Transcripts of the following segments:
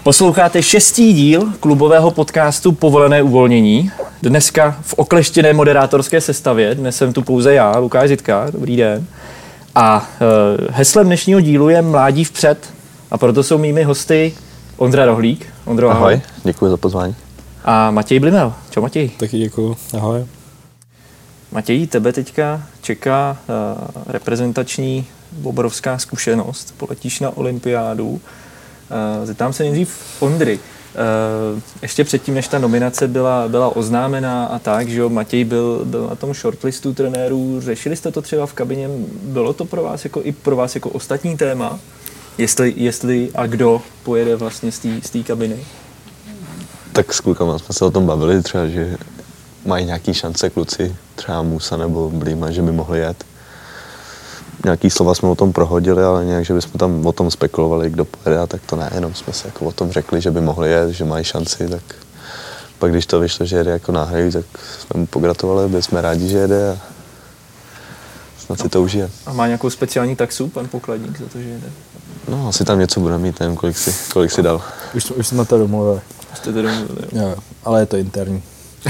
Posloucháte 6. díl klubového podcastu Povolené uvolnění. Dneska v okleštěné moderátorské sestavě. Dnes jsem tu pouze já, Lukáš Zitka. Dobrý den. A heslem dnešního dílu je Mládí vpřed. A proto jsou mými hosty Ondra Rohlík. Ondro, ahoj. Děkuji za pozvání. A Matěj Blimel. Čau, Matěj. Taky děkuji. Ahoj. Matěj, tebe teďka čeká reprezentační obrovská zkušenost. Poletíš na olympiádu. Zeptám se nejdřív Ondry. Ještě předtím, než ta nominace byla oznámená a tak, že jo, Matěj byl na tom shortlistu trenérů. Řešili jste to třeba v kabině? Bylo to pro vás i pro vás jako ostatní téma? Jestli a kdo pojede vlastně z té kabiny? Tak s klukama jsme se o tom bavili třeba, že mají nějaký šance kluci, třeba Musa nebo Blíma, že by mohli jet. Nějaký slova jsme o tom prohodili, ale nějak, že bychom tam o tom spekulovali, kdo pojede, tak to ne, jenom jsme se jako o tom řekli, že by mohli jet, že mají šanci, tak pak když to vyšlo, že jede jako náhrady, tak jsme mu pogratulovali, byli jsme rádi, že jede a snad si to užije. A má nějakou speciální taxu pan pokladník za to, že jede? No, asi tam něco bude mít, nevím, kolik si dal. Už jsme to domluvili. Jste to domluvili, jo, ale je to interní.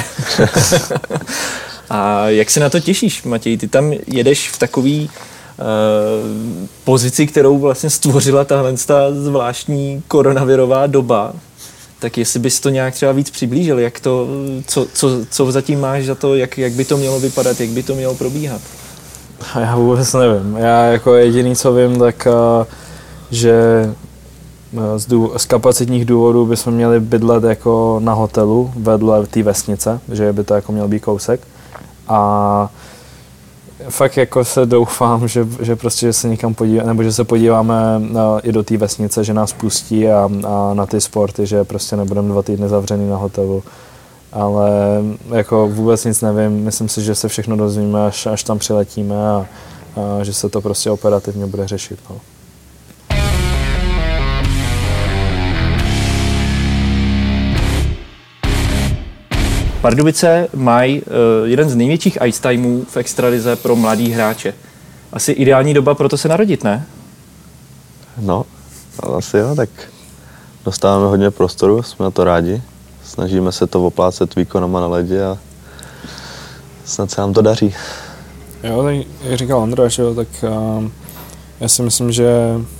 A jak se na to těšíš, Matěj? Ty tam jedeš v takový pozici, kterou vlastně stvořila tahle zvláštní koronavirová doba, tak jestli bys to nějak třeba víc přiblížil, jak to, co zatím máš za to, jak by to mělo vypadat, jak by to mělo probíhat? Já vůbec nevím. Já jako jediný, co vím, tak že z kapacitních důvodů bychom měli bydlet jako na hotelu vedle té vesnice, že by to jako měl být kousek. A fakt jako se doufám, že prostě že se někam podíváme, nebo že se podíváme i do té vesnice, že nás pustí a na ty sporty, že prostě nebudeme 2 týdny zavřený na hotelu. Ale jako vůbec nic nevím, myslím si, že se všechno dozvíme, až tam přiletíme a že se to prostě operativně bude řešit. No. Pardubice mají jeden z největších ice timeů v extralize pro mladý hráče. Asi ideální doba pro to se narodit, ne? No, asi jo, tak dostáváme hodně prostoru, jsme na to rádi. Snažíme se to oplácet výkonama na ledě a snad se nám to daří. Jo, tak jak říkal Ondra, tak já si myslím, že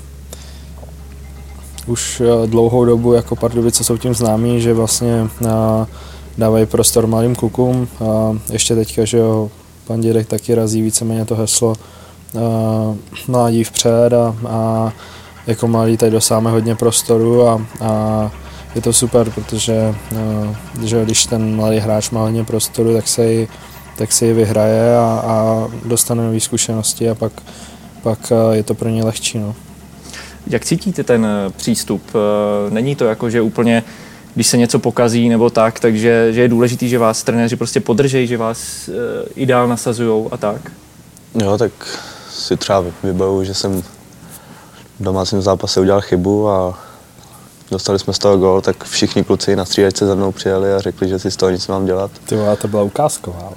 už dlouhou dobu jako Pardubice jsou tím známí, že vlastně dávají prostor mladým klukům a ještě teďka, že jo, pan Dědek taky razí víceméně to heslo mládí vpřed a jako mladí tady dosáme hodně prostoru a je to super, protože že když ten mladý hráč má hodně prostoru, tak se ji vyhraje a dostane nové zkušenosti a pak je to pro ně lehčí. No. Jak cítíte ten přístup? Není to jako, že úplně když se něco pokazí nebo tak, takže že je důležitý, že vás trenéři prostě podržejí, že vás ideál nasazujou a tak? Jo, tak si třeba vybavuju, že jsem v domácím zápase udělal chybu a dostali jsme z toho gól, tak všichni kluci na střídačce za mnou přijeli a řekli, že si z toho nic mám dělat. Ty vole, to byla ukázková, ale...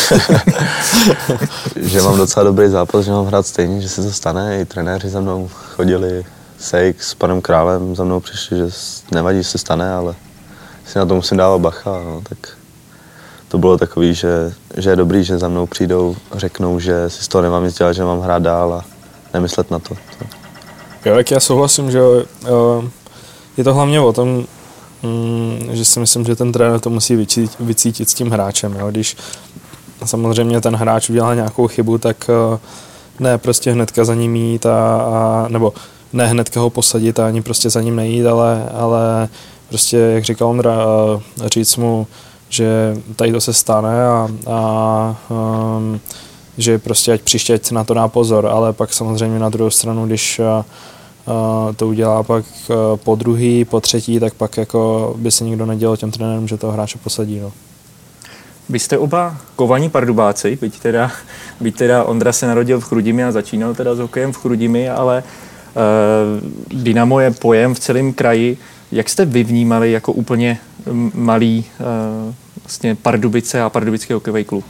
že mám docela dobrý zápas, že mám hrát stejně, že se to stane. I trenéři za mnou chodili, Sejk s panem Králem za mnou přišli, že nevadí, že se stane, ale si na to musím dávat bacha. No, tak to bylo takový, že je dobrý, že za mnou přijdou, řeknou, že si z toho nemám nic dělat, že mám hrát dál a nemyslet na to. Jo, tak já souhlasím, že je to hlavně o tom, že si myslím, že ten trenér to musí vycítit s tím hráčem. Jo. Když samozřejmě ten hráč udělá nějakou chybu, tak ne prostě hnedka za ním jít nebo ne hnedka ho posadit a ani prostě za ním nejít, ale prostě, jak říkal Ondra, říct mu, že tady to se stane a že prostě ať příště ať se na to dá pozor, ale pak samozřejmě na druhou stranu, když to udělá pak po druhý, po třetí, tak pak jako by se nikdo nedělal těm trenérům, že toho hráče posadí. No. Vy jste oba kovaní Pardubáci, byť teda Ondra se narodil v Chrudimi a začínal teda s hokejem v Chrudimi, ale Dynamo je pojem v celém kraji. Jak jste vy vnímali jako úplně malý vlastně Pardubice a pardubický hokejový klub?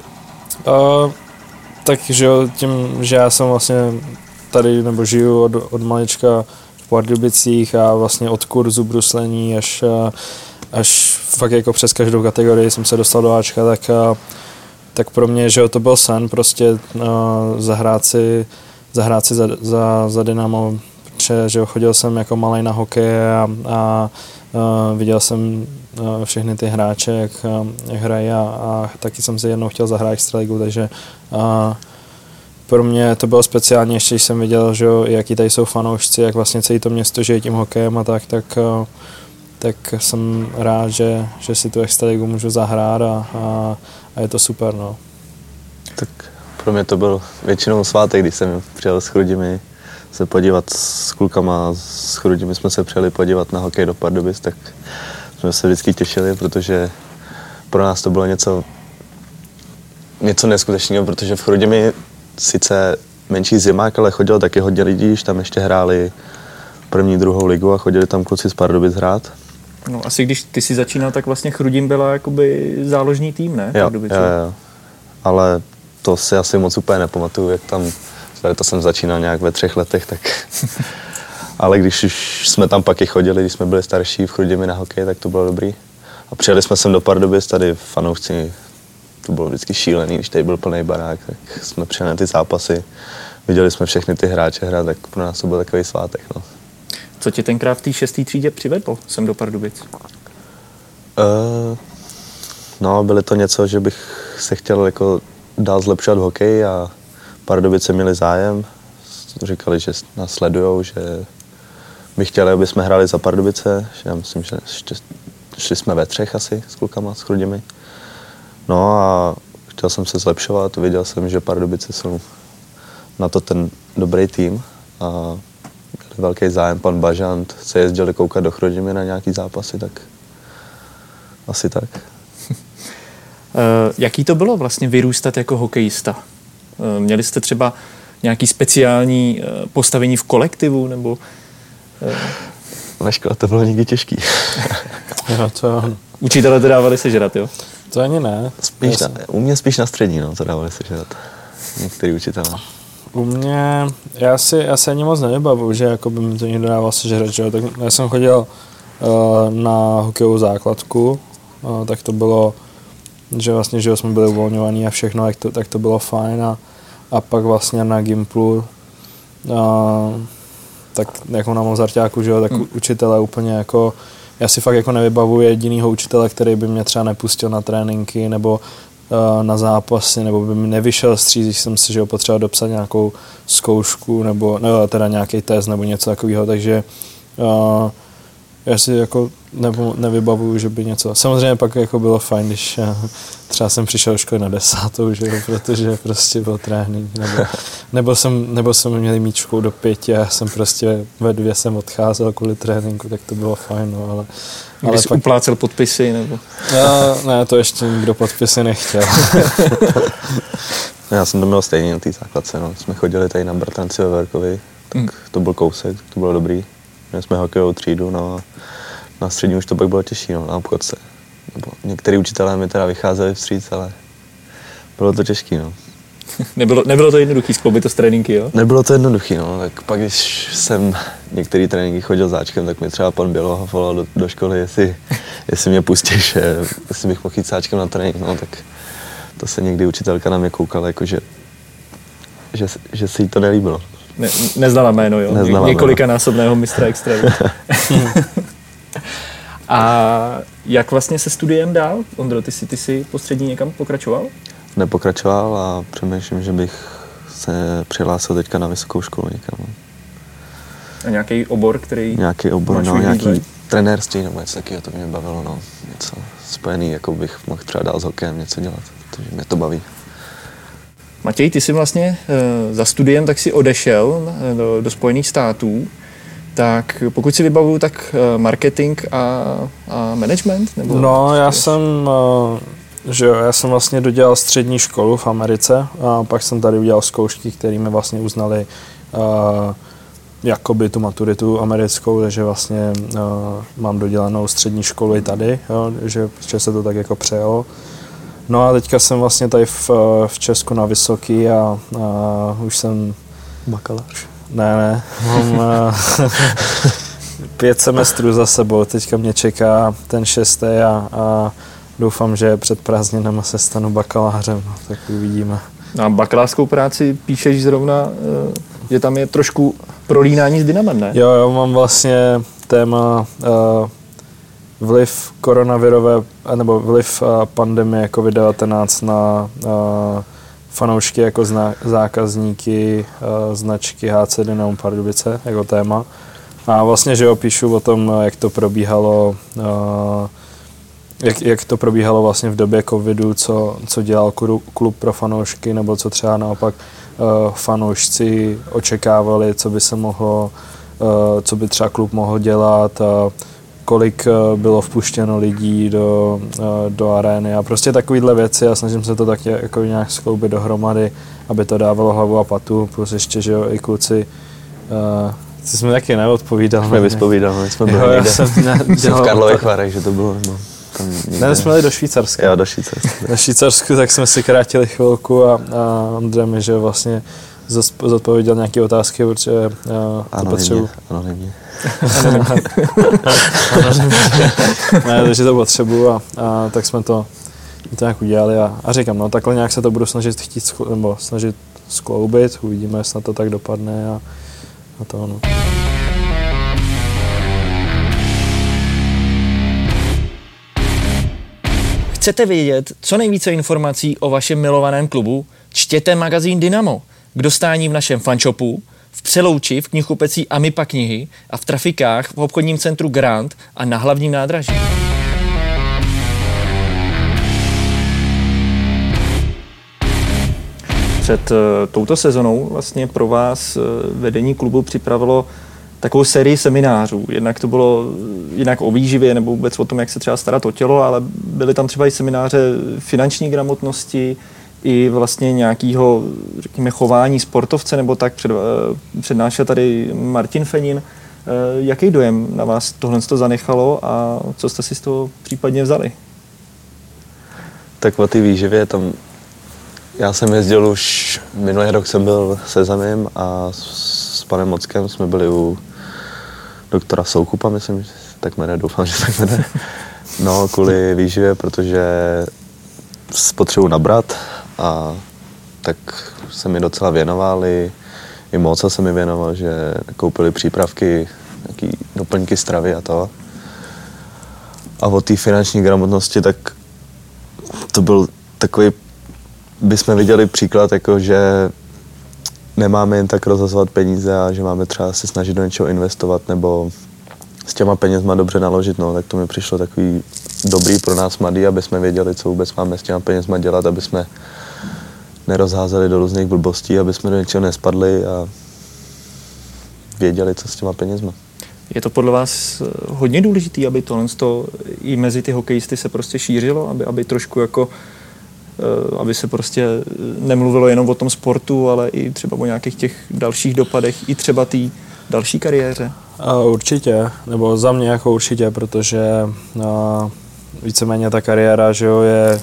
Takže tím, že já jsem vlastně tady nebo žiju od malička v v Pardubicích a vlastně od kurzu bruslení až fakt jako přes každou kategorii jsem se dostal do Ačka, tak pro mě, že to byl sen prostě zahrát si za Dynamo, protože že chodil jsem jako malej na hokej a viděl jsem všechny ty hráče, jak hrají a taky jsem si jednou chtěl zahrát extraligu, takže pro mě to bylo speciální, ještě když jsem viděl, že jaký tady jsou fanoušci, jak vlastně celé to město žije tím hokejem a tak jsem rád, že si tu extraligu můžu zahrát a je to super. No. Tak pro mě to byl většinou svátek, když jsem přijel s Chrudimi se podívat s klukama, s Chrudimi jsme se přijeli podívat na hokej do Pardubic, tak jsme se vždycky těšili, protože pro nás to bylo něco neskutečného, protože v Chrudimi sice menší zimák, ale chodilo taky hodně lidí, když tam ještě hráli první, druhou ligu a chodili tam kluci z Pardubic hrát. No asi když ty jsi začínal, tak vlastně Chrudim byla jakoby záložní tým, ne? Jo. Ale to si asi moc úplně nepamatuju, jak tam, to jsem začínal nějak ve 3 letech, tak... Ale když už jsme tam pak i chodili, když jsme byli starší v Chrudimi na hokej, tak to bylo dobrý. A přijeli jsme sem do Pardubic, tady fanoušci, to bylo vždycky šílený, když tady byl plný barák, tak jsme přijeli na ty zápasy, viděli jsme všechny ty hráče hrát, tak pro nás to byl takový svátek. No. Co tě tenkrát v té 6. třídě přivedlo sem do Pardubic? No, bylo to něco, že bych se chtěl jako dál zlepšovat hokej a Pardubice měli zájem. Říkali, že nás sledujou, že by chtěli, aby jsme hráli za Pardubice. Já myslím, že šli jsme ve 3 asi s klukama, s Chrudimi. No a chtěl jsem se zlepšovat, viděl jsem, že Pardubice jsou na to ten dobrý tým a měli velký zájem. Pan Bažant se jezdili koukat do Chrudimi na nějaký zápasy, tak asi tak. Jaký to bylo vlastně vyrůstat jako hokejista? Měli jste třeba nějaký speciální postavení v kolektivu, nebo... Na škole to bylo někdy těžký. Jo, to... Učitelé to dávali sežrat, jo? To ani ne. U mě spíš na střední, no, to dávali sežrat. Některý učitelé. U mě, já si ani moc nevybavuju, že jako by mi to někdo dával sežrat, že jo? Tak já jsem chodil na hokejovou základku, tak to bylo, že vlastně, že jsme byli uvolňovaní a všechno, tak to bylo fajn a pak vlastně na Gimplu, tak jako na Mozarťáku, že jo, tak učitelé úplně jako, já si fakt jako nevybavuji jedinýho učitele, který by mě třeba nepustil na tréninky nebo na zápasy, nebo by mi nevyšel vstříc, když jsem si, že ho potřeboval dopsat nějakou zkoušku nebo teda nějaký test nebo něco takového, takže já si jako nevybavuju, že by něco. Samozřejmě pak jako bylo fajn, když třeba jsem přišel do školy na 10, že jo, protože prostě byl trénink, nebo jsem měl mít školu do 5 a já jsem prostě ve 2 jsem odcházel kvůli tréninku, tak to bylo fajn, no, ale jsi pak uplácel podpisy, nebo? Ne, to ještě nikdo podpisy nechtěl. Já jsem to měl stejně na té základce, no. Jsme chodili tady na Bratranci ve Verkovi, tak to byl kousek, to bylo dobrý. Měli jsme hokejovou třídu, no a na střední už to pak bylo těžší, no, na obchodce. Nebo některý učitelé mi teda vycházeli vstříc, ale bylo to těžký, no. Nebylo to jednoduchý skloubit to s tréninky, jo? Nebylo to jednoduchý, no, tak pak když jsem některý tréninky chodil záčkem, tak mi třeba pan Bělohov volal do školy, jestli mě pustíš, jestli bych mohl jít sáčkem na trénink, no, tak to se někdy učitelka na mě koukala, jako že se jí to nelíbilo. Neznala jméno, jo? Několikanásobného mistra extraligy. A jak vlastně se studiem dál? Ondro, ty jsi po střední někam pokračoval? Nepokračoval a přemýšlím, že bych se přihlásil teďka na vysokou školu někam. A nějaký obor, který... Nějaký obor, no, nějaký trenérství nebo něco takového, to mě bavilo, no. Něco spojený, jako bych mohl třeba dál s hokejem něco dělat, protože mě to baví. Matěj, ty jsi vlastně za studiem tak si odešel do Spojených států, tak pokud si vybavuju, tak marketing a management? Nebo no, já jsem vlastně dodělal střední školu v Americe a pak jsem tady udělal zkoušky, které mi vlastně uznali jakoby tu maturitu americkou, takže vlastně mám dodělanou střední školu i tady, jo, že se to tak jako přejelo. No a teďka jsem vlastně tady v Česku na vysoký a už jsem bakalář. Ne, mám 5 semestrů za sebou, teďka mě čeká ten 6. a doufám, že před prázdninama se stanu bakalářem, no, tak uvidíme. A bakalářskou práci píšeš zrovna, že tam je trošku prolínání s Dynamem, ne? Jo, mám vlastně téma vliv koronavirové, nebo vliv pandemie COVID-19 na fanoušky jako zákazníky značky HC Dynamo Pardubice jako téma. A vlastně, že píšu o tom, jak to probíhalo, jak to probíhalo vlastně v době covidu, co dělal klub pro fanoušky, nebo co třeba naopak fanoušci očekávali, co by třeba klub mohl dělat, kolik bylo vpuštěno lidí do arény a prostě takovýhle věci a snažím se to tak jako nějak skloubit dohromady, aby to dávalo hlavu a patu, plus ještě, že jo, i kluci, ty jsme taky neodpovídal. Jsme vyspovídali, jsme byli někde. Jsem v Karlových Varech, že to bylo. No, ne, jsme jeli do Švýcarska. Jo, do Švýcarska. Na Švýcarsku, tak jsme si krátili chvilku a Ondřej mi, že vlastně zodpověděl nějaké otázky, protože to potřebuji. Anonymně. Ne, takže to potřebuji a tak jsme to nějak udělali a říkám, no takhle nějak se to budu snažit skloubit, uvidíme, jestli to tak dopadne a to ono. Chcete vědět co nejvíce informací o vašem milovaném klubu? Čtěte magazín Dynamo k dostání v našem fanshopu, v Přelouči, v knihkupecí Amipa knihy a v trafikách v obchodním centru Grand a na hlavním nádraží. Před touto sezonou vlastně pro vás vedení klubu připravilo takovou sérii seminářů. Jednak to bylo jinak o výživě nebo vůbec o tom, jak se třeba starat o tělo, ale byly tam třeba i semináře finanční gramotnosti, i vlastně nějakého, řekněme, chování sportovce, nebo tak přednášel tady Martin Fenin. Jaký dojem na vás tohle zanechalo a co jste si z toho případně vzali? Tak o té výživě tam, já jsem jezdil už, minulý rok jsem byl se Zemím a s panem Mockem jsme byli u doktora Soukupa, myslím, že tak jmenuje, doufám, že tak jmenuje. No, kvůli výživě, protože potřebuji nabrat a tak se mi docela věnovali, i Moca se mi věnoval, že koupili přípravky, nějaký doplňky stravy a to. A o té finanční gramotnosti, tak to byl takový, bychom viděli příklad, jako že nemáme jen tak rozhazovat peníze a že máme třeba se snažit do něčeho investovat nebo s těma penězma dobře naložit, no, tak to mi přišlo takový dobrý pro nás mladý, aby jsme věděli, co vůbec máme s těma penězma dělat, aby jsme nerozházeli do různých blbostí, aby jsme do něčeho nespadli a věděli, co s těma penězma. Je to podle vás hodně důležité, aby tohle i mezi ty hokejisty se prostě šířilo, aby trošku jako, aby se prostě nemluvilo jenom o tom sportu, ale i třeba o nějakých těch dalších dopadech, i třeba té další kariéře? Určitě, nebo za mě jako určitě, protože víceméně ta kariéra, že jo, je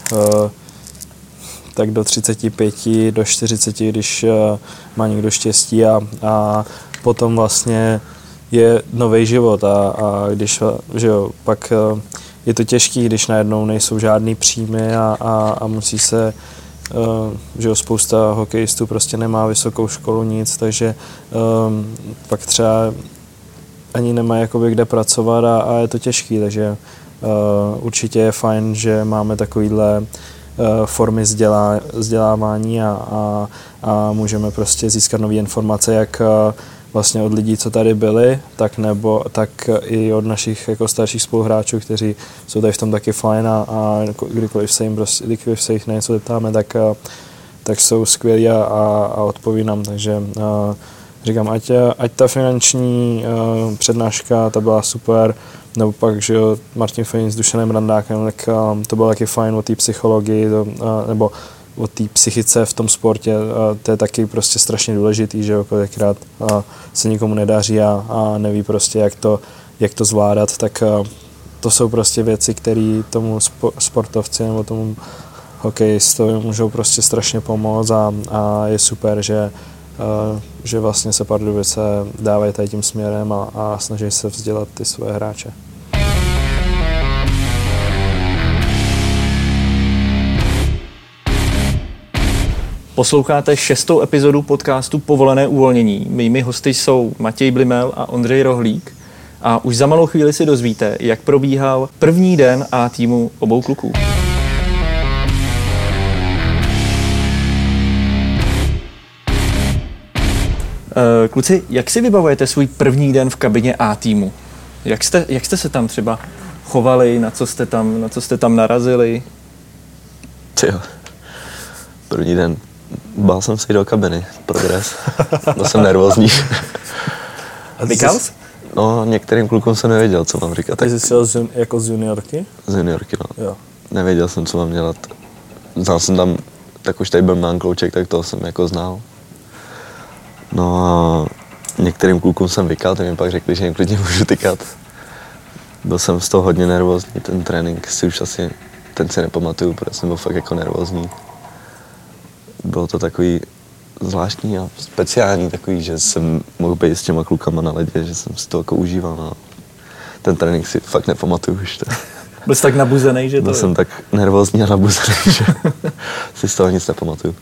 tak do 35, do 40, když má někdo štěstí a potom vlastně je nový život a když, že jo, pak je to těžký, když najednou nejsou žádný příjmy a musí se, že jo, spousta hokejistů prostě nemá vysokou školu, nic, takže pak třeba ani nemá jakoby kde pracovat a je to těžký, takže určitě je fajn, že máme takovýhle formy vzdělávání a můžeme prostě získat nové informace, jak vlastně od lidí, co tady byli, tak i od našich jako starších spoluhráčů, kteří jsou tady v tom taky fajn a kdykoliv se jich na něco zeptáme, tak jsou skvělí a odpoví nám, takže říkám, ať ta finanční přednáška, ta byla super, nebo pak, že jo, Martin Fenin s Dušanem Randákem, tak to bylo taky fajn o té psychologii, nebo o té psychice v tom sportě, to je taky prostě strašně důležitý, že jo, kolikrát se nikomu nedaří a neví prostě, jak to zvládat, tak to jsou prostě věci, které tomu sportovci nebo tomu hokejistovi můžou prostě strašně pomoct a je super, že že vlastně se Pardubice dávají tady tím směrem a snaží se vzdělat ty svoje hráče. Posloucháte 6. epizodu podcastu Povolené uvolnění. Mými hosty jsou Matěj Blimel a Ondřej Rohlík. A už za malou chvíli si dozvíte, jak probíhal první den A týmu obou kluků. Kluci, jak si vybavujete svůj první den v kabině A týmu? Jak jste se tam třeba chovali, na co jste tam narazili? Tyjo, první den bál jsem se jít do kabiny, progres. Byl jsem nervózní. Říkal jsi? No, některým klukům jsem nevěděl, co mám říkat. Ty jsi šel jako z juniorky? Z juniorky, no. Jo. Nevěděl jsem, co mám dělat. Znal jsem tam, tak už tady byl Milan Klouček, tak toho jsem jako znal. No a některým klukům jsem vykal, ty mi pak řekli, že jim klidně můžu tykat. Byl jsem z toho hodně nervózní, ten trénink si už asi, ten si nepamatuju, protože jsem byl fakt jako nervózní. Bylo to takový zvláštní a speciální takový, že jsem mohl být s těma klukama na ledě, že jsem si to jako užíval. No. Ten trénink si fakt nepamatuju už. Byl jsi tak nabuzený, že to... Byl jsem tak nervózní a nabuzený, že si z toho nic nepamatuju.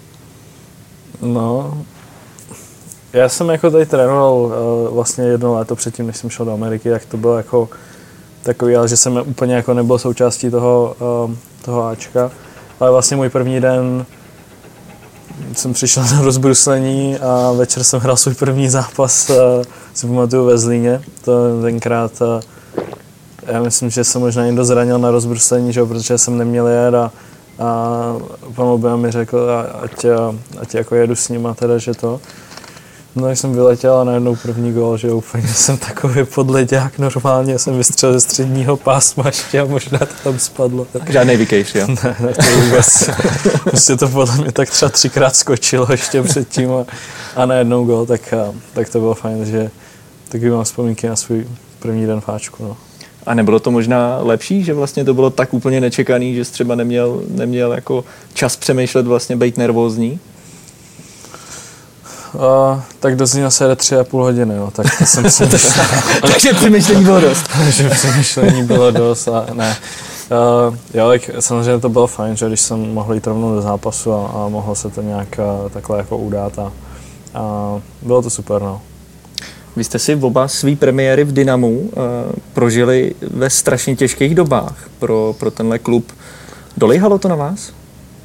No, já jsem jako tady trénoval vlastně 1 léto předtím, než jsem šel do Ameriky, jak to bylo jako takový, ale že jsem úplně jako nebyl součástí toho Ačka. Ale vlastně můj první den jsem přišel na rozbruslení a večer jsem hrál svůj první zápas, si pamatuju, ve Zlíně. To tenkrát, já myslím, že jsem možná někdo zranil na rozbruslení, že, protože jsem neměl jet a pan Lubina mi řekl, ať jako jedu s nima teda, že to. No tak jsem vyletěl a najednou první gól, že úplně jsem takový podleďák, normálně jsem vystřelil ze středního pásma ještě a možná to tam spadlo. Žádnej vykejš, jo? Ne, to vůbec. Prostě to podle mě tak třeba 3krát skočilo ještě předtím a najednou gól, tak to bylo fajn, že taky mám vzpomínky na svůj první den v Ačku, no. A nebylo to možná lepší, že vlastně to bylo tak úplně nečekaný, že jsi třeba neměl jako čas přemýšlet, vlastně být nervózní? Tak do Zlína se jede 3,5 hodiny, no, tak to jsem si myslel. Takže přemýšlení bylo dost. Takže přemýšlení bylo dost a ne. Jo, tak samozřejmě to bylo fajn, že když jsem mohl jít rovnou do zápasu a mohlo se to nějak takhle jako udát a bylo to super, no. Vy jste si oba svý premiéry v Dynamu prožili ve strašně těžkých dobách pro tenhle klub. Dolejhalo to na vás?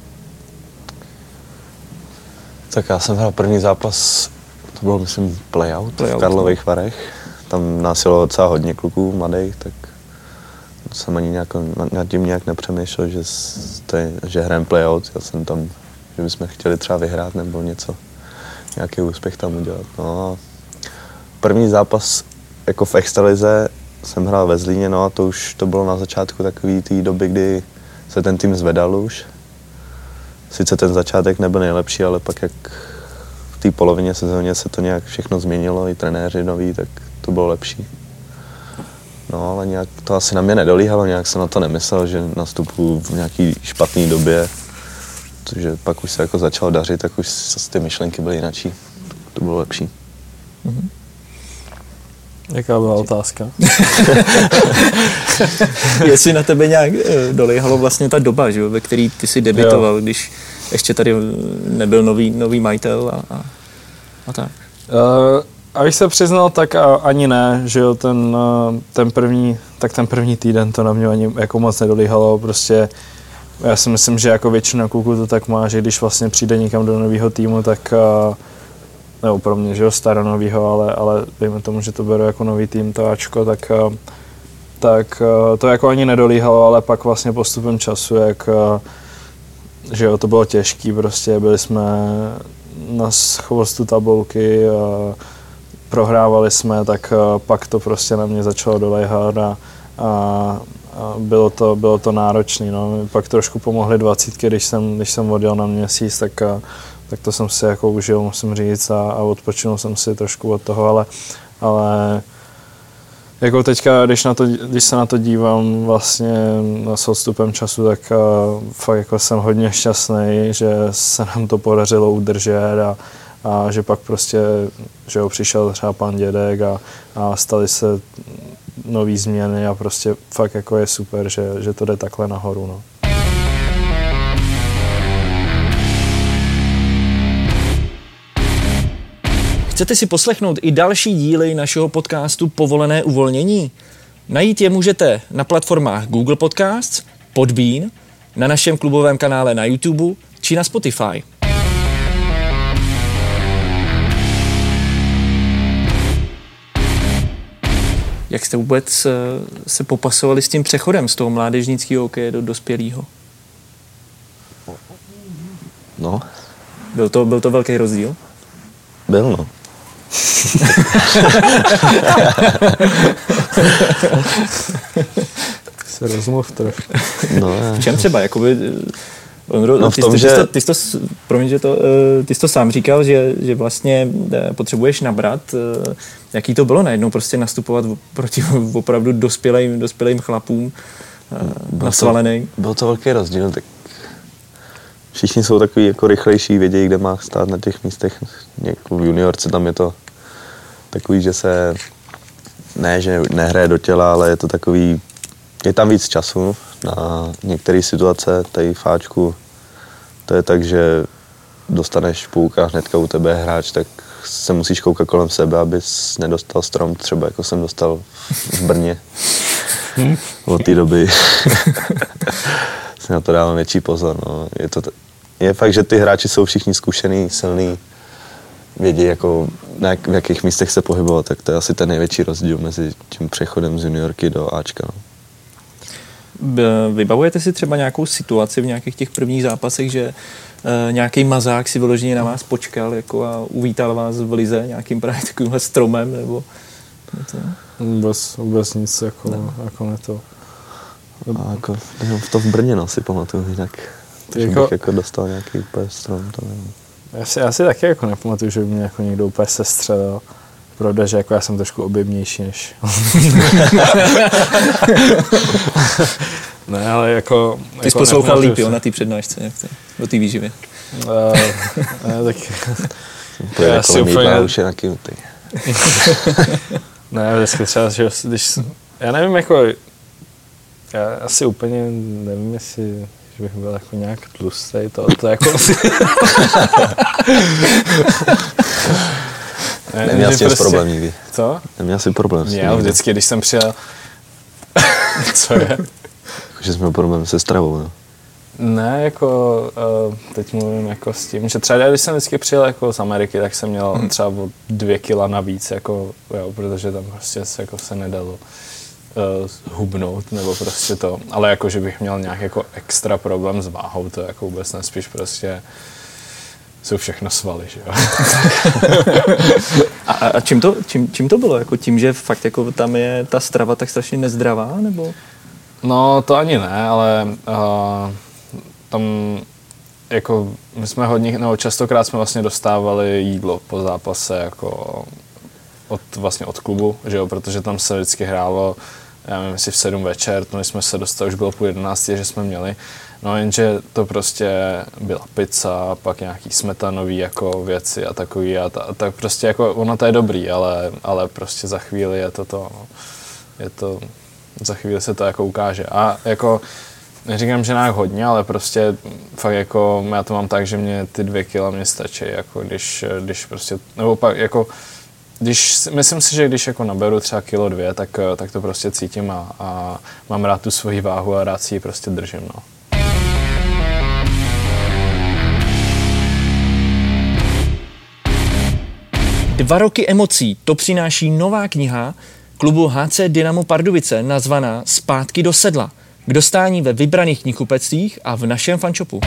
Tak já jsem hrál první zápas, to bylo myslím playout v Karlových Varech. Tam nás jelo docela hodně kluků mladých, tak jsem ani nad tím nějak nepřemýšlel, že hrajeme playout. Já jsem tam, že bychom chtěli třeba vyhrát nebo něco, nějaký úspěch tam udělat. No a první zápas jako v extralize jsem hrál ve Zlíně, no a to bylo na začátku takový té doby, kdy se ten tým zvedal už. Sice ten začátek nebyl nejlepší, ale pak jak v té polovině sezóně se to nějak všechno změnilo, i trenéři noví, tak to bylo lepší. No ale nějak to asi na mě nedolíhalo, nějak jsem na to nemyslel, že nastupuji v nějaký špatné době, protože pak už se jako začalo dařit, tak už ty myšlenky byly jinačí. To bylo lepší. Mhm. Jaká byla otázka? Jestli na tebe nějak dolejhalo vlastně ta doba, že, ve který ty jsi debitoval, jo, když ještě tady nebyl nový majitel a tak. Abych se přiznal, tak ani ne, že jo, ten první týden to na mě ani jako moc nedolíhalo, prostě já si myslím, že jako většina kluků to tak má, že když vlastně přijde někam do nového týmu, tak nebo pro mě, že jo, staronovýho, ale dejme tomu, že to beru jako nový tým, to Ačko, tak to jako ani nedolíhalo, ale pak vlastně postupem času, že jo, to bylo těžký, prostě byli jsme na chvostu tabulky, prohrávali jsme, tak pak to prostě na mě začalo dolejhat a bylo to náročný, no. Pak trošku pomohly 20, když jsem odjel na měsíc, tak to jsem si jako užil, musím říct, a odpočinul jsem si trošku od toho, ale jako teďka, když se na to dívám vlastně s odstupem času, tak fakt jako jsem hodně šťastný, že se nám to podařilo udržet a že pak prostě, že jo, přišel třeba pan dědek a staly se nový změny a prostě fakt jako je super, že to jde takhle nahoru, no. Chcete si poslechnout i další díly našeho podcastu Povolené uvolnění? Najít je můžete na platformách Google Podcasts, Podbean, na našem klubovém kanále na YouTube či na Spotify. Jak jste vůbec se popasovali s tím přechodem z toho mládežnického hokeje do dospělého? No. Byl to velký rozdíl? Byl, no. Se rozmluv trošku. No, v čem třeba? Jakoby, no v tom, ty jsi to sám říkal, že vlastně potřebuješ nabrat. Jaký to bylo najednou prostě nastupovat proti opravdu dospělým chlapům nasvaleným? Byl to velký rozdíl, tak všichni jsou takový jako rychlejší, vědějí, kde má stát na těch místech. Jako v juniorce tam je to takový, že se že nehraje do těla, ale je to takový, je tam víc času na některé situace. Tady v Ačku to je tak, že dostaneš půlka, hnedka u tebe je hráč, tak se musíš koukat kolem sebe, abys nedostal strom, třeba jako jsem dostal v Brně. Od té doby si na to dával větší pozor. No. Je fakt, že ty hráči jsou všichni zkušený, silný, vědí, jako, v jakých místech se pohybovat, tak to je asi ten největší rozdíl mezi tím přechodem z juniorky do Ačka. No. Vybavujete si třeba nějakou situaci v nějakých těch prvních zápasech, že nějaký mazák si vyloženě na vás počkal jako a uvítal vás v lize nějakým právě takovýmhle stromem, nebo to? Vůbec nic jako ne to. A jako, to v Brně, no, si pamatuju jinak. Že bych jako dostal nějaký úplně strom, to nevím. Já si taky jako nepamatuju, že by mě jako někdo úplně sestřelil. Pravda, že jako já jsem trošku objemnější než... Ne, ale jako... Ty jsi poslouchal líp, jo, na té přednášce, jak to, do té výživy. Ne, tak... To je jako úplně... už je nakynutý. Ne, vždycky třeba, že když... Já nevím, jako... Já asi úplně nevím, jestli... že bych byl jako nějak tlustý, to jako... Neměl jsi prostě... problém nikdy. Co? Neměl jsi problém s tím. Měl vždycky, když jsem přijel... Co je? Že jsi měl problém se stravou, no? Ne, jako teď mluvím jako s tím, že třeba když jsem vždycky přijel jako z Ameriky, tak jsem měl třeba o 2 kila navíc, jako, jo, protože tam prostě se nedalo hubnout, nebo prostě to, ale jako, že bych měl nějak jako extra problém s váhou, to jako vůbec nespíš prostě jsou všechno svaly, že jo. A čím to bylo? Jako tím, že fakt jako tam je ta strava tak strašně nezdravá, nebo? No, to ani ne, ale tam jako my jsme hodně, no častokrát jsme vlastně dostávali jídlo po zápase jako od klubu, že jo, protože tam se vždycky hrálo, já nevím, jestli v 7 večer, no jsme se dostali, už bylo půl 11, že jsme měli, no jenže to prostě byla pizza, pak nějaký smetanový jako věci a takový a tak prostě jako ono to je dobrý, ale prostě za chvíli je to za chvíli se to jako ukáže a jako neříkám, že nějak hodně, ale prostě fakt jako já to mám tak, že mě ty 2 kila mě stačí, jako když prostě, nebo pak jako myslím si, že když jako naberu třeba 1,2 kg, tak to prostě cítím a mám rád tu svoji váhu a rád si ji prostě držím, no. Dva roky emocí, to přináší nová kniha klubu HC Dynamo Pardubice nazvaná Zpátky do sedla, k dostání ve vybraných knihkupectvích a v našem fanshopu.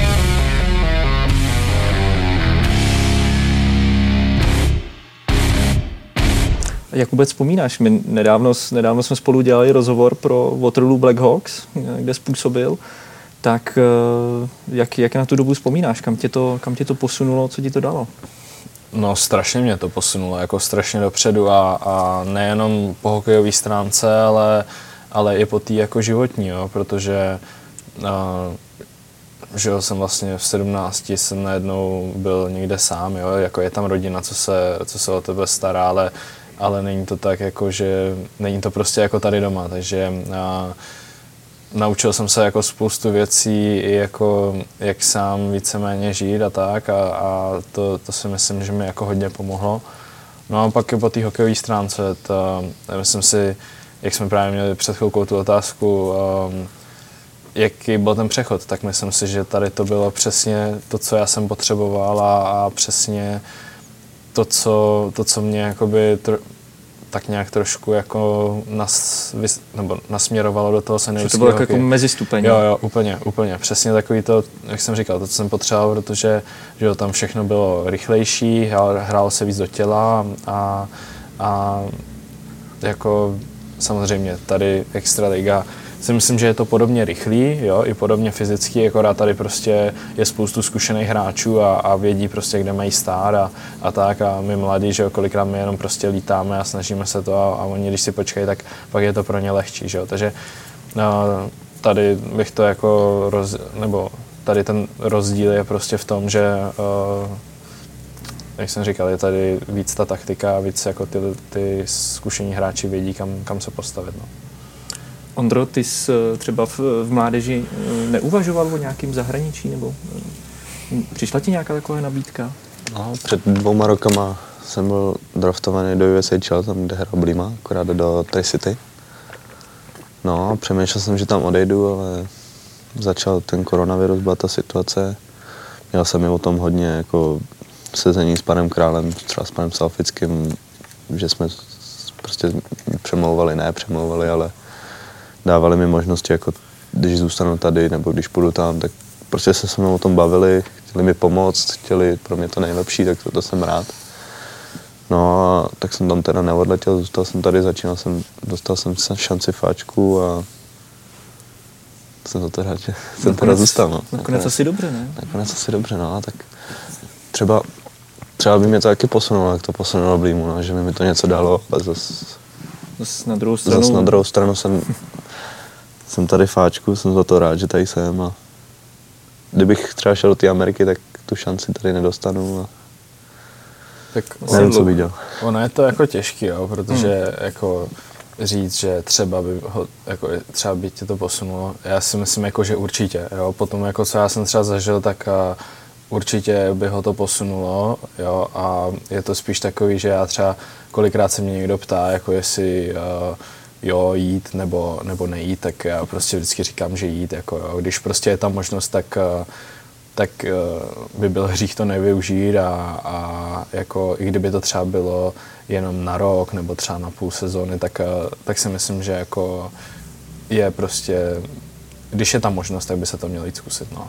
Jak vůbec vzpomínáš? My nedávno jsme spolu dělali rozhovor pro Waterloo Blackhawks, kde způsobil. Tak jak na tu dobu vzpomínáš? Kam tě to posunulo? Co ti to dalo? No strašně mě to posunulo, jako strašně dopředu a nejenom po hokejové stránce, ale i po té jako životní, jo, protože že jo, jsem vlastně v 17 jsem najednou byl někde sám, jo, jako je tam rodina, co se o tebe stará, ale není to tak, jako že není to prostě jako tady doma, takže naučil jsem se jako spoustu věcí, i jako jak sám víceméně žít a tak a to si myslím, že mi jako hodně pomohlo. No a pak i po té hokejové stránce, myslím si, jak jsme právě měli před chvilkou tu otázku, jaký byl ten přechod, tak myslím si, že tady to bylo přesně to, co já jsem potřeboval a přesně to, co mě jakoby tak nějak trošku jako nasměrovalo do toho seniorského to bylo jako mezistupeň. Jo, úplně. Přesně takový to, jak jsem říkal, to, co jsem potřeboval, protože že jo, tam všechno bylo rychlejší, hrálo se víc do těla a jako samozřejmě tady Extraliga si myslím, že je to podobně rychlý, jo, i podobně fyzický, akorát tady prostě je spoustu zkušených hráčů a vědí prostě, kde mají stát a tak a my mladí, že jo, kolikrát my jenom prostě lítáme a snažíme se to a oni, když si počkají, tak pak je to pro ně lehčí, že jo, takže tady bych to jako, nebo tady ten rozdíl je prostě v tom, že jak jsem říkal, je tady víc ta taktika a víc jako ty zkušení hráči vědí, kam se postavit, no. Ondro, ty jsi třeba v mládeži neuvažoval o nějakým zahraničí, nebo přišla ti nějaká taková nabídka? No, před 2 rokama jsem byl draftovaný do USHL, tam kde hrál Blima, akorát do Tri-City. No a přemýšlel jsem, že tam odejdu, ale začal ten koronavirus, byla ta situace. Měl jsem i o tom hodně jako sezení s panem Králem, třeba s panem Salfickým, že jsme prostě přemlouvali, ale dávali mi možnosti, jako když zůstanu tady nebo když půjdu tam, tak prostě se se mnou o tom bavili, chtěli mi pomoct, chtěli pro mě to nejlepší, tak to jsem rád. No a tak jsem tam teda neodletěl, zůstal jsem tady, dostal jsem šanci fáčku a jsem za to rád, že jsem teda zůstal. No. Nakonec asi dobře, ne? Nakonec asi dobře, no a tak třeba by mě to taky posunulo, jak to posunulo Blímu, no, že by mi to něco dalo, ale zase na druhou stranu jsem tady fáčku, jsem za to rád, že tady jsem a kdybych třeba šel do té Ameriky, tak tu šanci tady nedostanu a tak nevím, co bych dělal. Ono je to jako těžký, jo, protože jako říct, že třeba by tě to posunulo, já si myslím, jako, že určitě, jo, potom jako co já jsem třeba zažil, tak určitě by ho to posunulo, jo, a je to spíš takový, že já třeba kolikrát se mě někdo ptá, jako jestli jo, jít nebo nejít, tak já prostě vždycky říkám, že jít, jako jo. Když prostě je tam možnost, tak by byl hřích to nevyužít a jako i kdyby to třeba bylo jenom na rok nebo třeba na půl sezóny, tak si myslím, že jako je prostě, když je tam možnost, tak by se to mělo jít zkusit, no.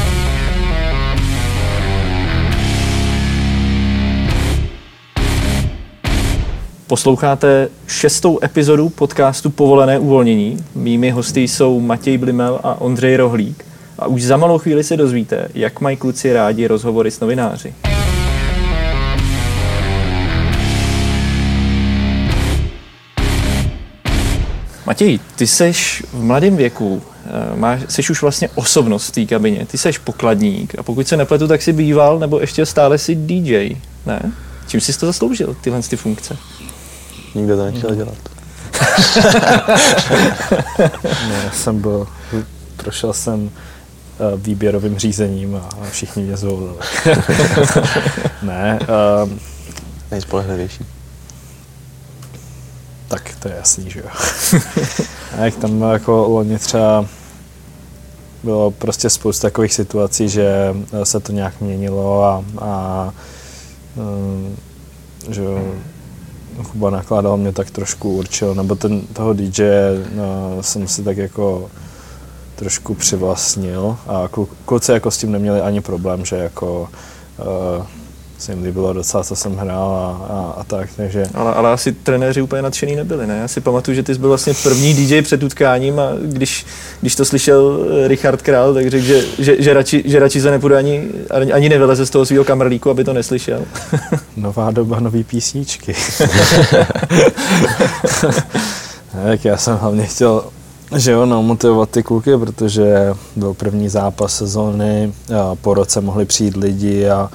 Posloucháte 6. epizodu podcastu Povolené uvolnění. Mými hosty jsou Matěj Blimel a Ondřej Rohlík. A už za malou chvíli se dozvíte, jak mají kluci rádi rozhovory s novináři. Matěj, ty seš v mladém věku, seš už vlastně osobnost v té kabině, ty seš pokladník a pokud se nepletu, tak jsi býval nebo ještě stále si DJ, ne? Čím jsi to zasloužil, tyhle funkce? Nikdo to nechtěl dělat. Prošel jsem výběrovým řízením a všichni mě zvolili. Ne. Nejspolehlivější. Tak to je jasný, že jo. A jak tam jako loni třeba bylo prostě spousta takových situací, že se to nějak měnilo a že Kuba Nakládal mě tak trošku určil, nebo toho DJ jsem si tak jako trošku přivlastnil a kluci jako s tím neměli ani problém, že jako se jim líbilo docela, co jsem hrál a tak, takže... Ale asi trenéři úplně nadšený nebyli, ne? Já si pamatuju, že ty jsi byl vlastně první DJ před utkáním a když to slyšel Richard Král, tak řekl, že radši se nepůjde ani nevyleze z toho svého kamerlíku, aby to neslyšel. Nová doba, nový písničky. Tak já jsem hlavně chtěl že jo, no, motivovat ty kluky, protože byl první zápas sezóny, po roce mohli přijít lidi a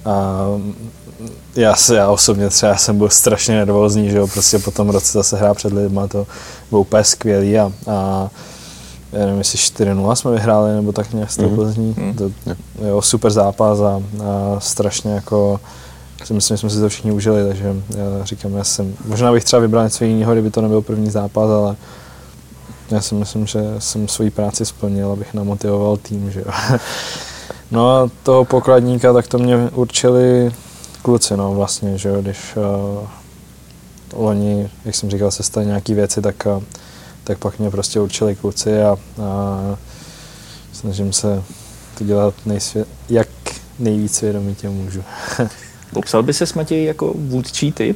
já osobně třeba jsem byl strašně nervózní, že jo, prostě po tom roce zase hrát před lidma, to bylo úplně skvělý a já nevím, jestli 4-0 jsme vyhráli, nebo tak nějak z toho Plzní. Jo, super zápas a strašně jako si myslím, že jsme si to všichni užili, takže já říkám, možná bych třeba vybral něco jiného, kdyby to nebyl první zápas, ale já si myslím, že jsem svoji práci splnil, abych namotivoval tým, že jo. No a toho pokladníka, tak to mě určili kluci, no vlastně, že jo, když loni, jak jsem říkal, se staly nějaký věci, tak pak mě prostě určili kluci a snažím se to dělat jak nejvíc svědomitě můžu. Popsal by ses, Matěj, jako vůdčí typ?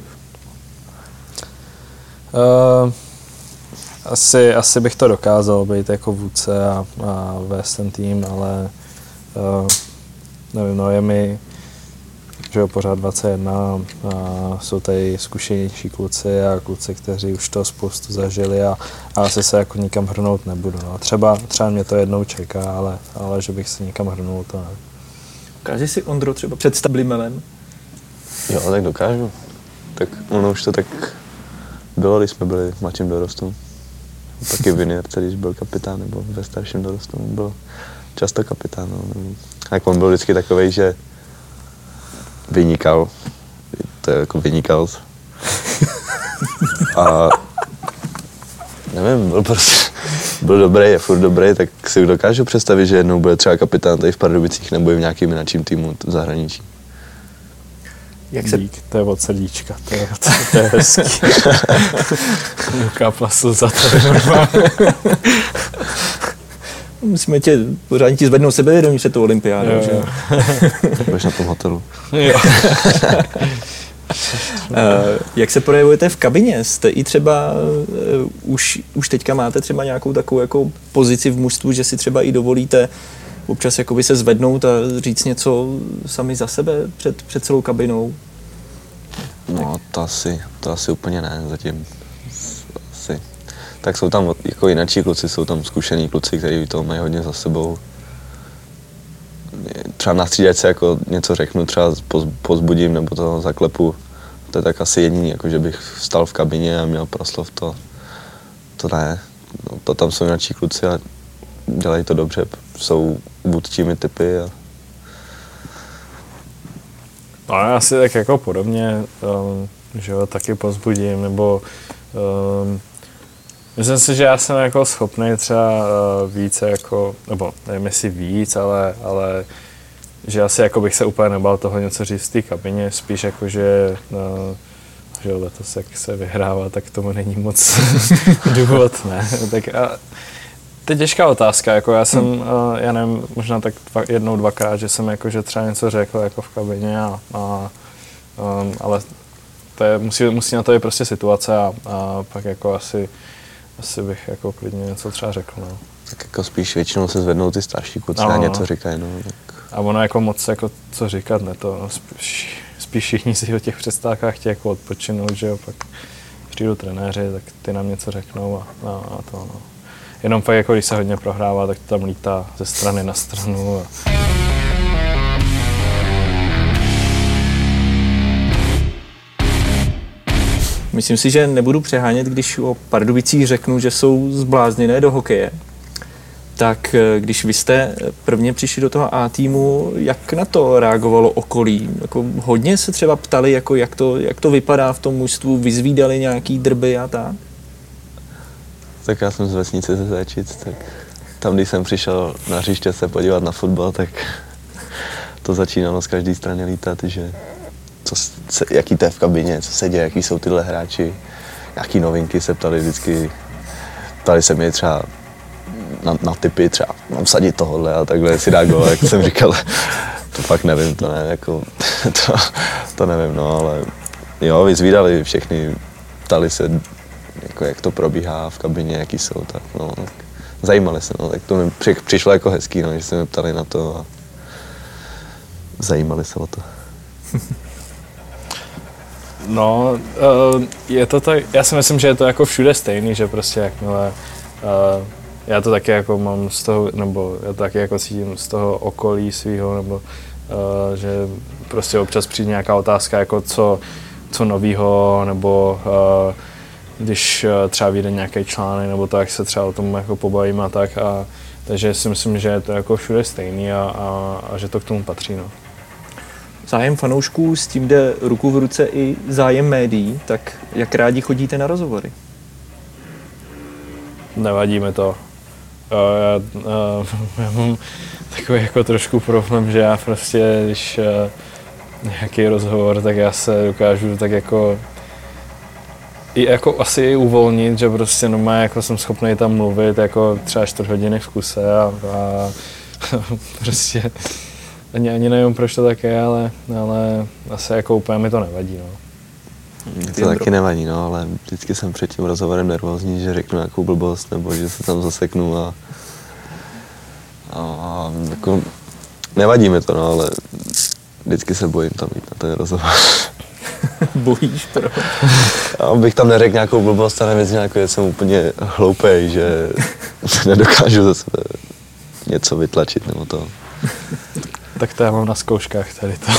Asi bych to dokázal být jako vůdce a vést ten tým, ale nevím, no je mi, že jo, pořád 21 a jsou tady zkušenější kluci a kluci, kteří už to spoustu zažili a asi se jako nikam hrnout nebudu. No. Třeba mě to jednou čeká, ale že bych se nikam hrnul, to ne. Dokáže si, Ondro, třeba představit Blimelem? Jo, tak dokážu. Tak ono už to tak bylo, když jsme byli v mladším dorostu. Taky Vinierce, když byl kapitán, nebo ve starším dorostu, byl často kapitán. No. Tak on byl vždycky takovej, že vynikal. To je jako vynikal. A nevím, byl dobrý, je furt dobrý, tak si dokážu představit, že jednou bude třeba kapitán tady v Pardubicích nebo i v nějakým jiným týmu v zahraničí. Dík, to je od srdíčka, to je hezký. Kápla slza, to je normálně. Musíme tě pořádně ti zvednout sebevědomí před tou olympiádou, že jo? Budeš na tom hotelu. Jo. Jak se projevujete v kabině? Jste i třeba, už teďka máte třeba nějakou takovou jako pozici v mužstvu, že si třeba i dovolíte občas jakoby se zvednout a říct něco sami za sebe před celou kabinou? No, to asi úplně ne, zatím. Asi. Tak jsou tam jako jinačí kluci, jsou tam zkušení kluci, kteří to mají hodně za sebou. Třeba na střídačce jako něco řeknu, třeba pozbudím nebo to zaklepu. To je tak asi jediný, jako že bych vstal v kabině a měl proslov, to ne. No, to tam jsou jinačí kluci a dělají to dobře, jsou vůdčími typy. No já asi tak jako podobně, že jo, taky pozbudím, nebo myslím si, že já jsem jako schopný třeba více jako, nebo nevím jestli víc, ale že asi jako bych se úplně nebal toho něco říct v té kabině, spíš jako, že letos jak se vyhrává, tak tomu není moc důvod, ne. Tak to je těžká otázka, jako já jsem, já nevím, možná tak jednou, dvakrát, že jsem jako, že třeba něco řekl jako v kabině, ale to je, musí na to je prostě situace a pak jako asi bych jako klidně něco třeba řekl, no. Tak jako spíš většinou se zvednou ty starší kluci a něco říkají, no. Tak. A ono jako moc jako co říkat, ne to, no, spíš všichni si o těch přestávkách chtějí jako odpočinout, že jo, pak přijdou trenéři, tak ty nám něco řeknou a to, no. Jenom fakt jako když se hodně prohrává, tak to tam lítá ze strany na stranu. Myslím si, že nebudu přehánět, když o Pardubicích řeknu, že jsou zblázněné do hokeje. Tak když vy jste prvně přišli do toho A týmu, jak na to reagovalo okolí? Jako hodně se třeba ptali, jako jak to vypadá v tom mužstvu, vyzvídali nějaký drby a tak? Tak já jsem z vesnice ze Zéčic, tak tam, když jsem přišel na hřiště se podívat na fotbal, tak to začínalo z každé strany lítat, že jaký to je v kabině, co se děje, jaký jsou tyhle hráči, jaký novinky se ptali vždycky. Ptali se mě třeba na tipy, třeba mám sadit tohohle a takhle si dá gól, jak jsem říkal, to fakt nevím, to ne, jako, to nevím, no, ale jo, vyzvídali všechny, ptali se, jako jak to probíhá v kabině, jaký jsou, tak no, tak zajímali se, no, tak to mi přišlo jako hezký, no, že se mě ptali na to a zajímali se o to. No, je to tak, já si myslím, že je to jako všude stejný, že prostě jakmile já to taky jako mám z toho, nebo já to taky jako cítím z toho okolí svýho, nebo že prostě občas přijde nějaká otázka, jako co novýho, nebo když třeba vyjde nějaký článek, nebo tak se třeba o tom jako pobavíme a tak. Takže si myslím, že je to jako všude stejný a že to k tomu patří. No. Zájem fanoušků, s tím jde ruku v ruce i zájem médií, tak jak rádi chodíte na rozhovory? Nevadí mi to. Já mám takový jako trošku problém, že já prostě, když nějaký rozhovor, tak já se dokážu tak jako asi i uvolnit, že prostě normálně jako jsem schopný tam mluvit jako třeba 4 hodiny v kuse a prostě ani nevím, proč to tak je, ale asi jako úplně mi to nevadí. No. To taky nevadí, no, ale vždycky jsem před tím rozhovorem nervózní, že řeknu nějakou blbost nebo že se tam zaseknu a jako nevadí mi to, no, ale vždycky se bojím tam jít na ten rozhovor. Bojíš, proč? Abych tam neřekl nějakou blbost a nevěděl nějakou, že jsem úplně hloupej, že nedokážu za sebe něco vytlačit nebo to. Tak to já mám na zkouškách tady to.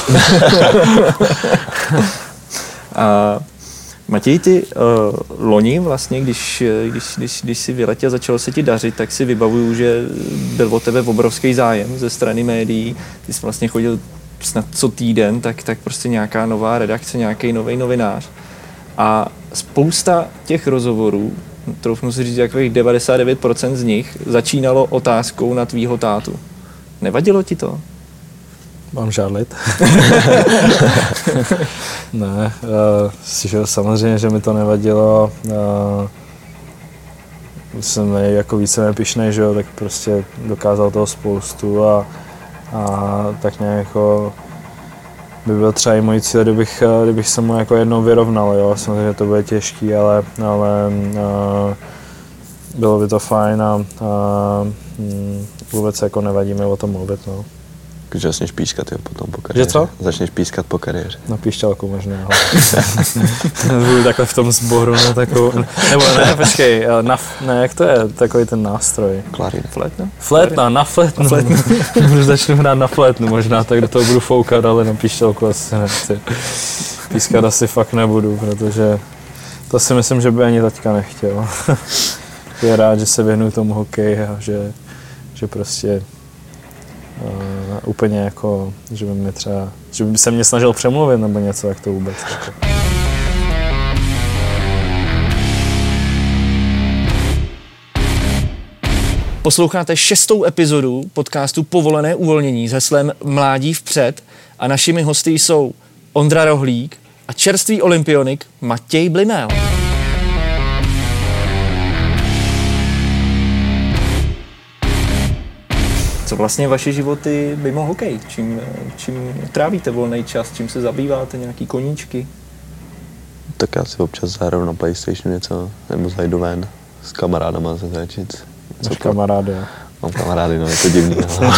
A Matěj, ty loni vlastně, když si vyletěl, začalo se ti dařit, tak si vybavuju, že byl o tebe obrovský zájem ze strany médií. Ty jsi vlastně chodil snad co týden, tak prostě nějaká nová redakce, nějaký nový novinář. A spousta těch rozhovorů, troufnu si říct, takových 99% z nich začínalo otázkou na tvýho tátu. Nevadilo ti to? Mám žádlit. Ne, samozřejmě, že mi to nevadilo. Jsem jako více pyšnej, že jo, tak prostě dokázal toho spoustu a tak nějak jako by byl třeba i můj cíl, kdybych se mu jako jednou vyrovnal, jo. Samozřejmě to bude těžký, ale bylo by to fajn a vůbec jako nevadí mi o tom mluvit, no. Takže začneš pískat, jo, potom po kariéře. Že co? Začneš pískat po kariéře. Na píšťalku možná, budu takhle v tom sboru, no takovou, nebo ne, počkej, ne, jak to je, takový ten nástroj? Klarin. Flétna? Flétna, na flétnu. Začnu hrát na flétnu možná, tak do toho budu foukat, ale na píšťalku asi nechci. Pískat asi fakt nebudu, protože to si myslím, že by ani taťka nechtěl. Je rád, že se věnuju tomu hokeji a že prostě úplně jako, že by se mě snažil přemluvit nebo něco, jak to vůbec. Jako. Posloucháte 6. epizodu podcastu Povolené uvolnění s heslem Mládí vpřed a našimi hosty jsou Ondra Rohlík a čerstvý olympionik Matěj Blimel. Co vlastně vaše životy mimo hokej? Čím trávíte volný čas? Čím se zabýváte? Nějaký koníčky? Tak já si občas zahraju na PlayStationu něco, nebo zajdu ven s kamarádama se zajčit. Máš kamarády, jo? Mám kamarády, no, je to divný. No.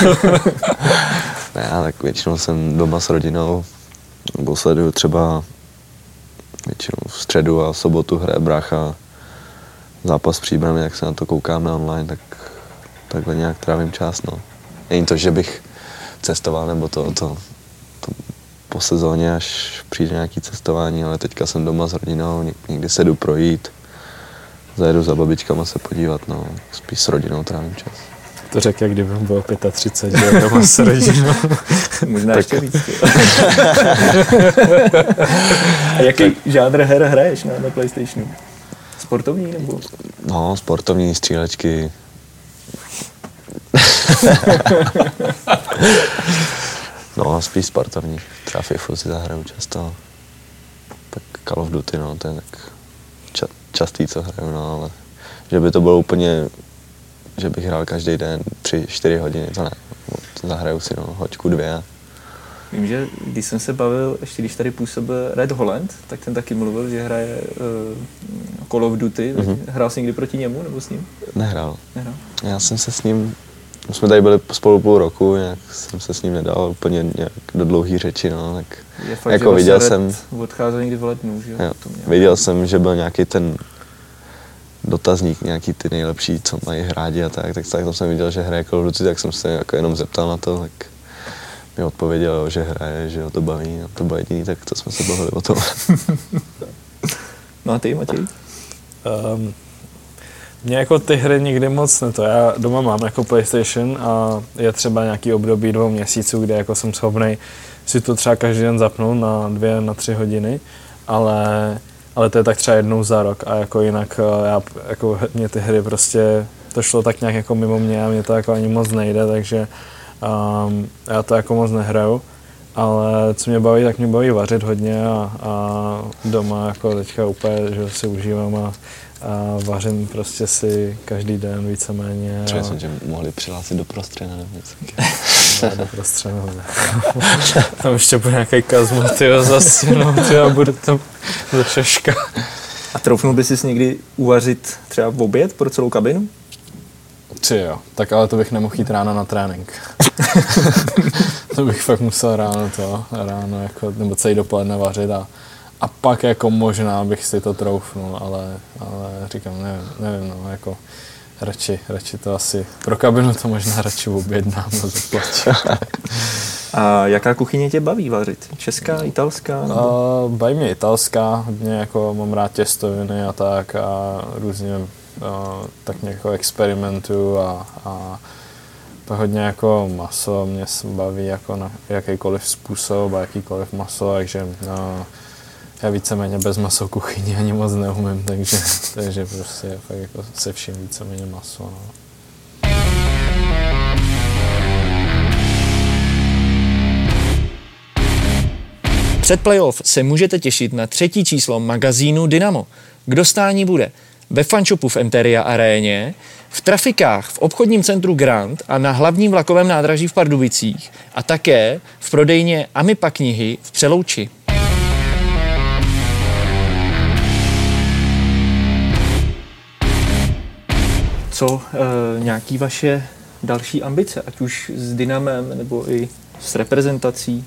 Ne, tak většinou jsem doma s rodinou, nebo sleduju třeba většinou v středu a v sobotu hraje brácha zápas Příbrami, jak se na to koukám na online, tak takhle nějak trávím čas, no. Není to, že bych cestoval, nebo to po sezóně, až přijde nějaký cestování, ale teďka jsem doma s rodinou, někdy se jdu projít, zajedu za babičkama se podívat, no, spíš s rodinou trávím čas. To řekl, jak kdyby bylo 35, že doma s rodinou. Možná ještě víc. A jaký žánr her hraješ na PlayStationu? Sportovní nebo? No, sportovní, střílečky. No, spíš sportovní. Třeba FIFU si zahraju často. Tak Call of Duty, no, to je tak častý, co hraju, no, ale že by to bylo úplně, že bych hrál každý den 3-4 hodiny, to ne. Zahraju si, no, hoďku 2. Vím, že když jsem se bavil, ještě když tady působil Red Holland, tak ten taky mluvil, že hraje Call of Duty. Mm-hmm. Hrál jsi někdy proti němu nebo s ním? Nehrál. Já jsem se s ním, jsme tady byli spolu půl roku, nějak jsem se s ním nedal úplně nějak do dlouhý řeči, no, tak je fakt, jako viděl jsem, odcházel někdy v lednu, že jo? Viděl jsem, že byl nějaký ten dotazník, nějaký ty nejlepší, co mají hrádi a tak to jsem viděl, že hraje Call of Duty, tak jsem se jako jenom zeptal na to, tak mi odpověděl, že hraje, že ho to baví, a to bylo jediný, tak to jsme se bavili o tom. No a ty, Matěj? Mě jako ty hry nikdy moc ne to. Já doma mám jako PlayStation a je třeba nějaký období 2 měsíců, kde jako jsem schopnej si to třeba každý den zapnout na 2, na 3 hodiny, ale to je tak třeba jednou za rok a jako jinak mě ty hry prostě, to šlo tak nějak jako mimo mě a mě to jako ani moc nejde, takže já to jako moc nehraju. Ale co mě baví, tak mě baví vařit hodně a doma jako teďka úplně, že si užívám a vařím prostě si každý den víceméně. Třeba jsem tě mohli přihlásit do Prostřena nebo něco. Do Prostřena, ne. Tam ještě bude nějaký kazmo, tyjo, za stěnou, tyjo, a bude tam ze šeška. A troufnul by si někdy uvařit třeba v oběd pro celou kabinu? Jo, tak ale to bych nemohl jít ráno na trénink. To bych fakt musel ráno jako, nebo celý dopoledne vařit a pak jako možná bych si to troufnul, ale říkám, nevím, no, jako radši to asi, pro kabinu to možná radši objednám a zaplatím. A jaká kuchyně tě baví vařit? Česká, italská? Baví mě italská, hodně jako mám rád těstoviny a tak a různě tak nějak experimentuju a pak hodně jako maso mě baví jako na jakýkoliv způsob a jakýkoliv maso, takže já víceméně bez maso kuchyni ani moc neumím, takže prostě fakt jako se vším víceméně maso. No. Před playoff se můžete těšit na 3. číslo magazínu Dynamo. K dostání bude ve fanshopu v Enteria aréně, v trafikách v obchodním centru Grand a na hlavním vlakovém nádraží v Pardubicích a také v prodejně Amipa knihy v Přelouči. Co nějaký vaše další ambice, ať už s Dynamem nebo i s reprezentací?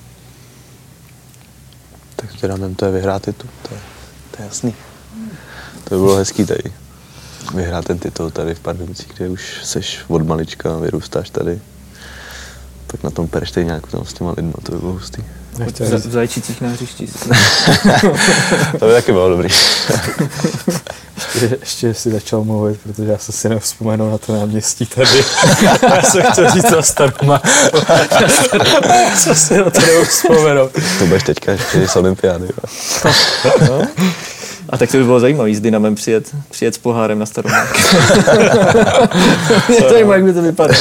Tak s Dynamem to je vyhrát titul, to je jasný. To by bylo hezký tady. Vyhrát ten titul tady v Pardubicích, kde už seš od malička, vyrůstáš tady. Tak na tom Perštejňáku tam s těma lidma, to by bylo hustý. V Zajčicích na hřišti. To by taky bylo dobrý. Ještě si začal mluvit, protože já jsem si nevzpomenul na to náměstí tady. Já jsem chtěl říct za Staroma. Já jsem si na to nevzpomenul. To budeš teďka ještě z olympiády. No. A tak to by bylo zajímavé s Dynamem přijet s pohárem na Staromák. Mě to zajímá, jak by to vypadalo.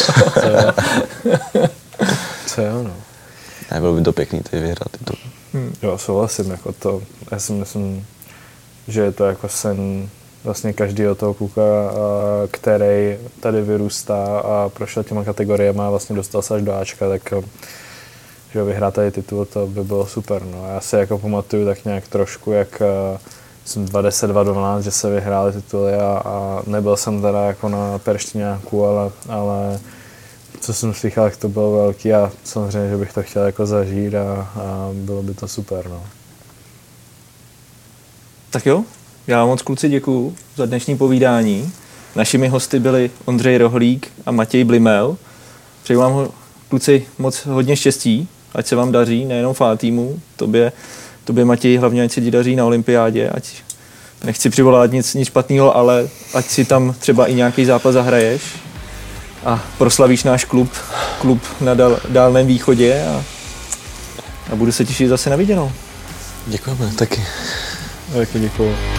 Co jo, no. Ne, bylo by to pěkný tady vyhrát titul. Jo, souhlasím, jako to. Já si myslím, že je to jako sen vlastně každého toho kluka, který tady vyrůstá a prošel těma kategoriemi a vlastně dostal se až do Ačka, tak že vyhrát tady titul, to by bylo super. No. Já si jako pamatuju tak nějak trošku, jak jsem 2010-2012, že se vyhráli tituly a nebyl jsem teda jako na Perštejňáku, ale co jsem slychal, jak to bylo velký a samozřejmě, že bych to chtěl jako zažít a bylo by to super. No. Tak jo, já vám moc kluci děkuju za dnešní povídání. Našimi hosty byli Ondřej Rohlík a Matěj Blimel. Přeju vám kluci moc hodně štěstí, ať se vám daří, nejenom týmu, tobě Matěj hlavně, ať se ti daří na olympiádě, ať nechci přivolat nic špatného, ale ať si tam třeba i nějaký zápas zahraješ a proslavíš náš klub na Dálném východě a budu se těšit zase na viděnou. Děkujeme, taky. Taky děkuju.